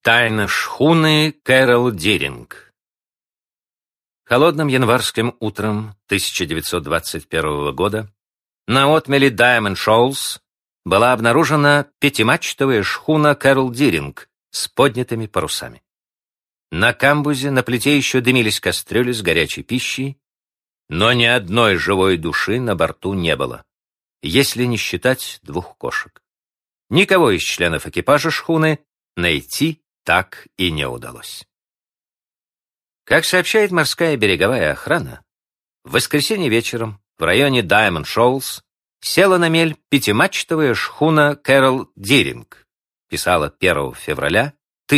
Тайна шхуны Кэрол Диринг. Холодным январским утром 1921 года на отмеле Diamond Shoals была обнаружена пятимачтовая шхуна Кэрол Диринг с поднятыми парусами. На камбузе на плите еще дымились кастрюли с горячей пищей, но ни одной живой души на борту не было, если не считать двух кошек. Никого из членов экипажа шхуны найти так и не удалось. Как сообщает морская береговая охрана, в воскресенье вечером в районе Diamond Shoals села на мель пятимачтовая шхуна Кэрол Диринг, писала 1 февраля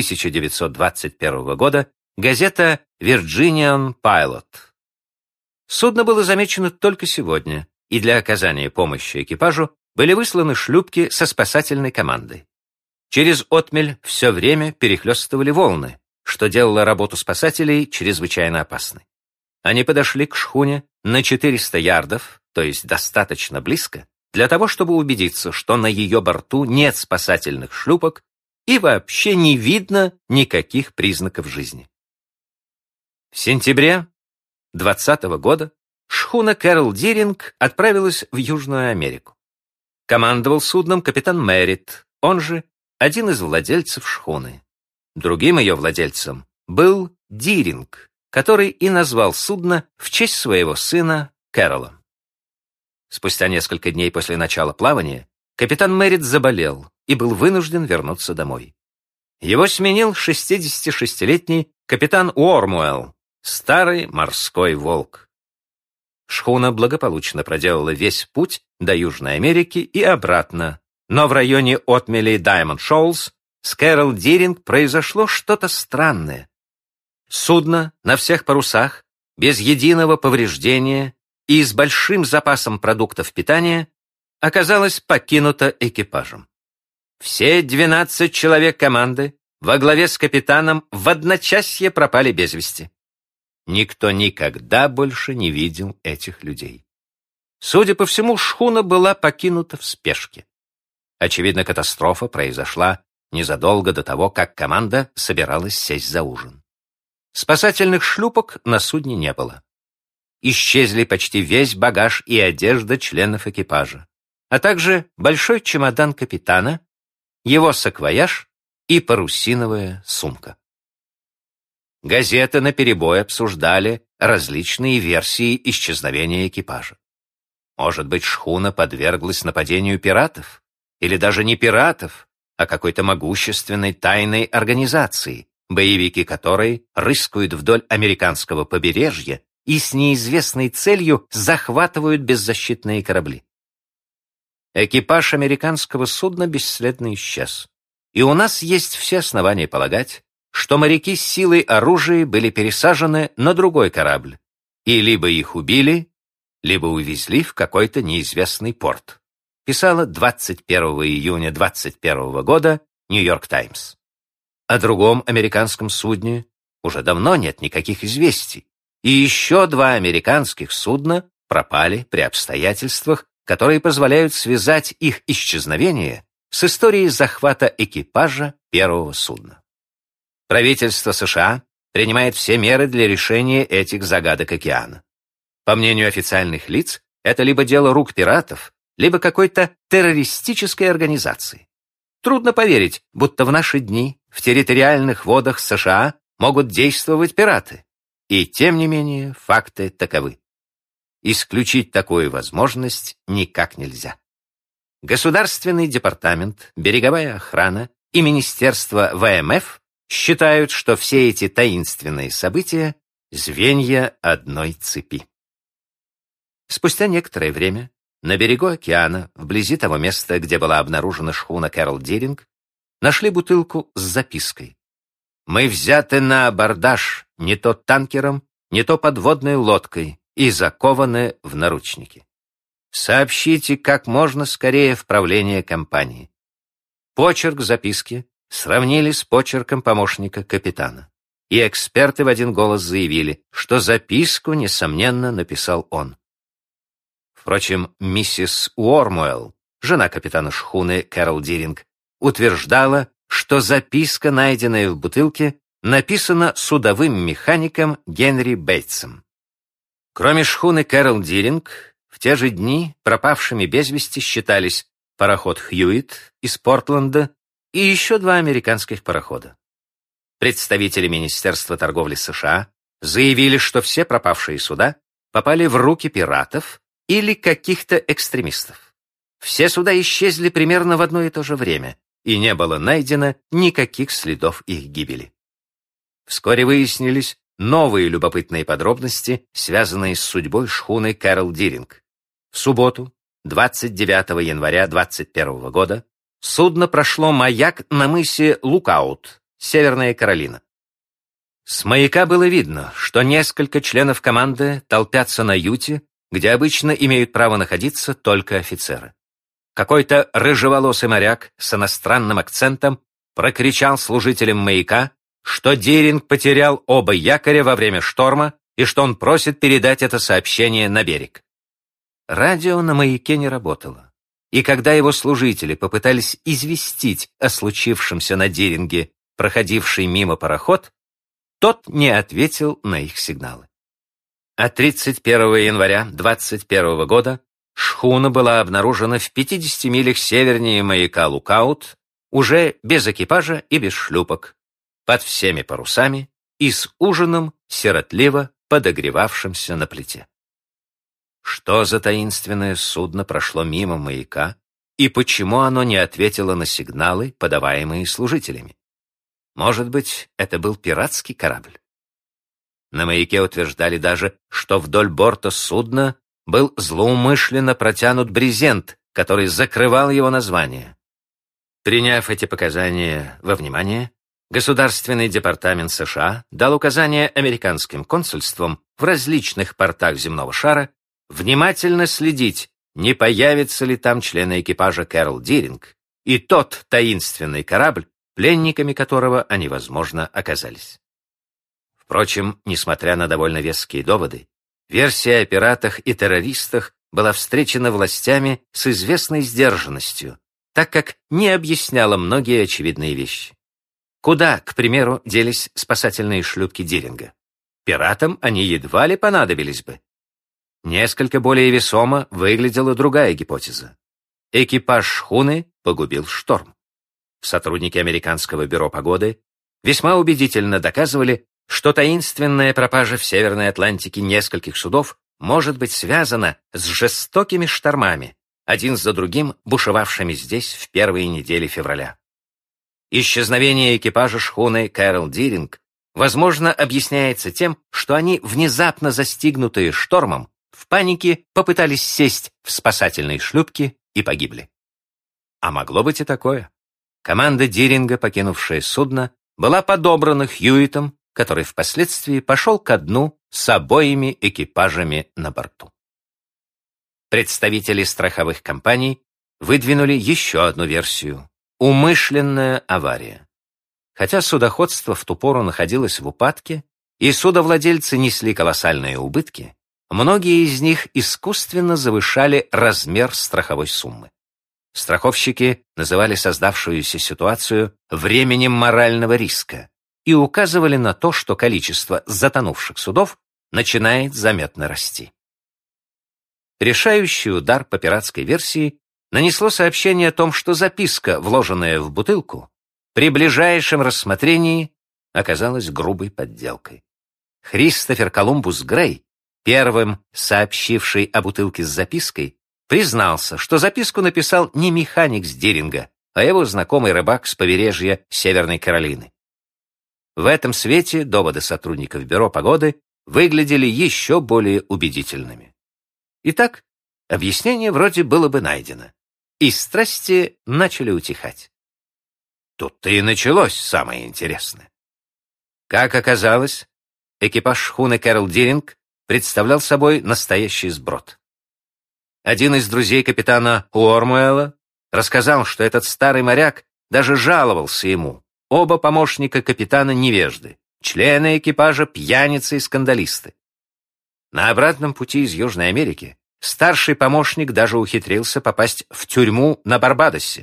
1921 года газета Virginian Pilot. Судно было замечено только сегодня, и для оказания помощи экипажу были высланы шлюпки со спасательной командой. Через отмель все время перехлестывали волны, что делало работу спасателей чрезвычайно опасной. Они подошли к шхуне на 400 ярдов, то есть достаточно близко, для того, чтобы убедиться, что на ее борту нет спасательных шлюпок и вообще не видно никаких признаков жизни. В сентябре 2020 года шхуна Кэрол Диринг отправилась в Южную Америку. Командовал судном капитан Мерритт, он же один из владельцев шхуны. Другим ее владельцем был Диринг, который и назвал судно в честь своего сына Кэрола. Спустя несколько дней после начала плавания капитан Мерритт заболел и был вынужден вернуться домой. Его сменил 66-летний капитан Уормуэлл, старый морской волк. Шхуна благополучно проделала весь путь до Южной Америки и обратно, но в районе отмелей Diamond Shoals с Кэрол Диринг произошло что-то странное. Судно на всех парусах, без единого повреждения и с большим запасом продуктов питания, оказалось покинуто экипажем. Все 12 человек команды во главе с капитаном в одночасье пропали без вести. Никто никогда больше не видел этих людей. Судя по всему, шхуна была покинута в спешке. Очевидно, катастрофа произошла незадолго до того, как команда собиралась сесть за ужин. Спасательных шлюпок на судне не было. Исчезли почти весь багаж и одежда членов экипажа, а также большой чемодан капитана, его саквояж и парусиновая сумка. Газеты наперебой обсуждали различные версии исчезновения экипажа. Может быть, шхуна подверглась нападению пиратов? Или даже не пиратов, а какой-то могущественной тайной организации, боевики которой рыскают вдоль американского побережья и с неизвестной целью захватывают беззащитные корабли. Экипаж американского судна бесследно исчез. И у нас есть все основания полагать, что моряки с силой оружия были пересажены на другой корабль, и либо их убили, либо увезли в какой-то неизвестный порт, писала 21 июня 2021 года Нью-Йорк Таймс. О другом американском судне уже давно нет никаких известий, и еще 2 американских судна пропали при обстоятельствах, которые позволяют связать их исчезновение с историей захвата экипажа первого судна. Правительство США принимает все меры для решения этих загадок океана. По мнению официальных лиц, это либо дело рук пиратов, либо какой-то террористической организации. Трудно поверить, будто в наши дни в территориальных водах США могут действовать пираты. И тем не менее, факты таковы. Исключить такую возможность никак нельзя. Государственный департамент, береговая охрана и Министерство ВМФ считают, что все эти таинственные события — звенья одной цепи. Спустя некоторое время на берегу океана, вблизи того места, где была обнаружена шхуна Кэрол Диринг, нашли бутылку с запиской. «Мы взяты на абордаж не то танкером, не то подводной лодкой и закованы в наручники. Сообщите как можно скорее в правление компании». Почерк записки сравнили с почерком помощника капитана, и эксперты в один голос заявили, что записку, несомненно, написал он. Впрочем, миссис Уормуэлл, жена капитана шхуны Кэрол Диринг, утверждала, что записка, найденная в бутылке, написана судовым механиком Генри Бейтсом. Кроме шхуны Кэрол Диринг, в те же дни пропавшими без вести считались пароход Хьюитт из Портленда и еще 2 американских парохода. Представители Министерства торговли США заявили, что все пропавшие суда попали в руки пиратов или каких-то экстремистов. Все суда исчезли примерно в одно и то же время, и не было найдено никаких следов их гибели. Вскоре выяснились новые любопытные подробности, связанные с судьбой шхуны Кэрол Диринг. В субботу, 29 января 21 года, судно прошло маяк на мысе Лукаут, Северная Каролина. С маяка было видно, что несколько членов команды толпятся на юте, где обычно имеют право находиться только офицеры. Какой-то рыжеволосый моряк с иностранным акцентом прокричал служителям маяка, что Диринг потерял оба якоря во время шторма и что он просит передать это сообщение на берег. Радио на маяке не работало, и когда его служители попытались известить о случившемся на Диринге проходивший мимо пароход, тот не ответил на их сигналы. А 31 января 21 года шхуна была обнаружена в 50 милях севернее маяка Лукаут, уже без экипажа и без шлюпок, под всеми парусами и с ужином, сиротливо подогревавшимся на плите. Что за таинственное судно прошло мимо маяка, и почему оно не ответило на сигналы, подаваемые служителями? Может быть, это был пиратский корабль? На маяке утверждали даже, что вдоль борта судна был злоумышленно протянут брезент, который закрывал его название. Приняв эти показания во внимание, Государственный департамент США дал указание американским консульствам в различных портах земного шара внимательно следить, не появятся ли там члены экипажа Кэрол Диринг и тот таинственный корабль, пленниками которого они, возможно, оказались. Впрочем, несмотря на довольно веские доводы, версия о пиратах и террористах была встречена властями с известной сдержанностью, так как не объясняла многие очевидные вещи. Куда, к примеру, делись спасательные шлюпки Диринга? Пиратам они едва ли понадобились бы. Несколько более весомо выглядела другая гипотеза. Экипаж шхуны погубил шторм. Сотрудники американского бюро погоды весьма убедительно доказывали, что таинственная пропажа в Северной Атлантике нескольких судов может быть связана с жестокими штормами, один за другим бушевавшими здесь в первые недели февраля. Исчезновение экипажа шхуны Кэрол Диринг, возможно, объясняется тем, что они, внезапно застигнутые штормом, в панике попытались сесть в спасательные шлюпки и погибли. А могло быть и такое. Команда Диринга, покинувшая судно, была подобрана Хьюитом, который впоследствии пошел ко дну с обоими экипажами на борту. Представители страховых компаний выдвинули еще одну версию – умышленная авария. Хотя судоходство в ту пору находилось в упадке, и судовладельцы несли колоссальные убытки, многие из них искусственно завышали размер страховой суммы. Страховщики называли создавшуюся ситуацию временем морального риска и указывали на то, что количество затонувших судов начинает заметно расти. Решающий удар по пиратской версии нанесло сообщение о том, что записка, вложенная в бутылку, при ближайшем рассмотрении оказалась грубой подделкой. Христофер Колумбус Грей, первым сообщивший о бутылке с запиской, признался, что записку написал не механик с Диринга, а его знакомый рыбак с побережья Северной Каролины. В этом свете доводы сотрудников Бюро погоды выглядели еще более убедительными. Итак, объяснение вроде было бы найдено, и страсти начали утихать. Тут-то и началось самое интересное. Как оказалось, экипаж шхуны Кэрол Диринг представлял собой настоящий сброд. Один из друзей капитана Уормуэлла рассказал, что этот старый моряк даже жаловался ему. Оба помощника капитана невежды, члены экипажа пьяницы и скандалисты. На обратном пути из Южной Америки старший помощник даже ухитрился попасть в тюрьму на Барбадосе,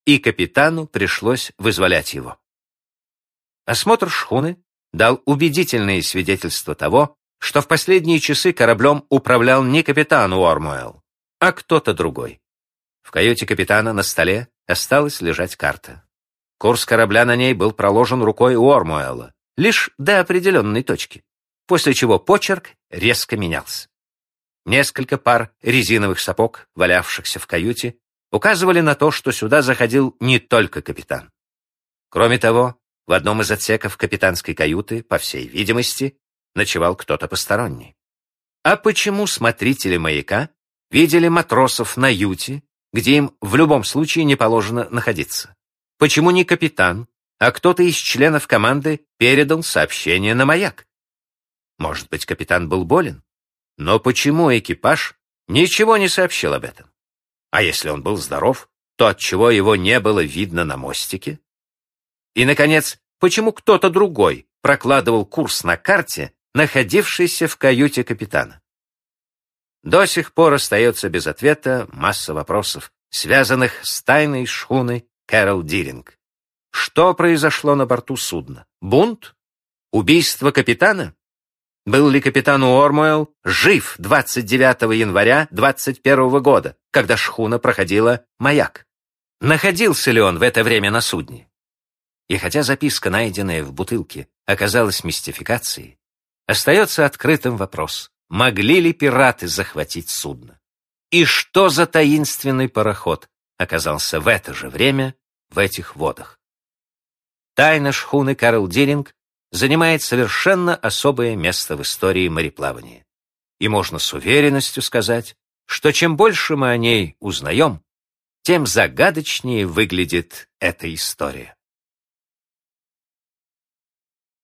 и капитану пришлось вызволять его. Осмотр шхуны дал убедительные свидетельства того, что в последние часы кораблем управлял не капитан Уормуэлл, а кто-то другой. В каюте капитана на столе осталась лежать карта. Курс корабля на ней был проложен рукой Уормуэлла, лишь до определенной точки, после чего почерк резко менялся. Несколько пар резиновых сапог, валявшихся в каюте, указывали на то, что сюда заходил не только капитан. Кроме того, в одном из отсеков капитанской каюты, по всей видимости, ночевал кто-то посторонний. А почему смотрители маяка видели матросов на юте, где им в любом случае не положено находиться? Почему не капитан, а кто-то из членов команды передал сообщение на маяк? Может быть, капитан был болен? Но почему экипаж ничего не сообщил об этом? А если он был здоров, то отчего его не было видно на мостике? И, наконец, почему кто-то другой прокладывал курс на карте, находившейся в каюте капитана? До сих пор остается без ответа масса вопросов, связанных с тайной шхуны Кэрол Диринг. Что произошло на борту судна? Бунт? Убийство капитана? Был ли капитан Уормуэлл жив 29 января 21 года, когда шхуна проходила маяк? Находился ли он в это время на судне? И хотя записка, найденная в бутылке, оказалась мистификацией, остается открытым вопрос, могли ли пираты захватить судно? И что за таинственный пароход оказался в это же время в этих водах? Тайна шхуны Кэрол Диринг занимает совершенно особое место в истории мореплавания. И можно с уверенностью сказать, что чем больше мы о ней узнаем, тем загадочнее выглядит эта история.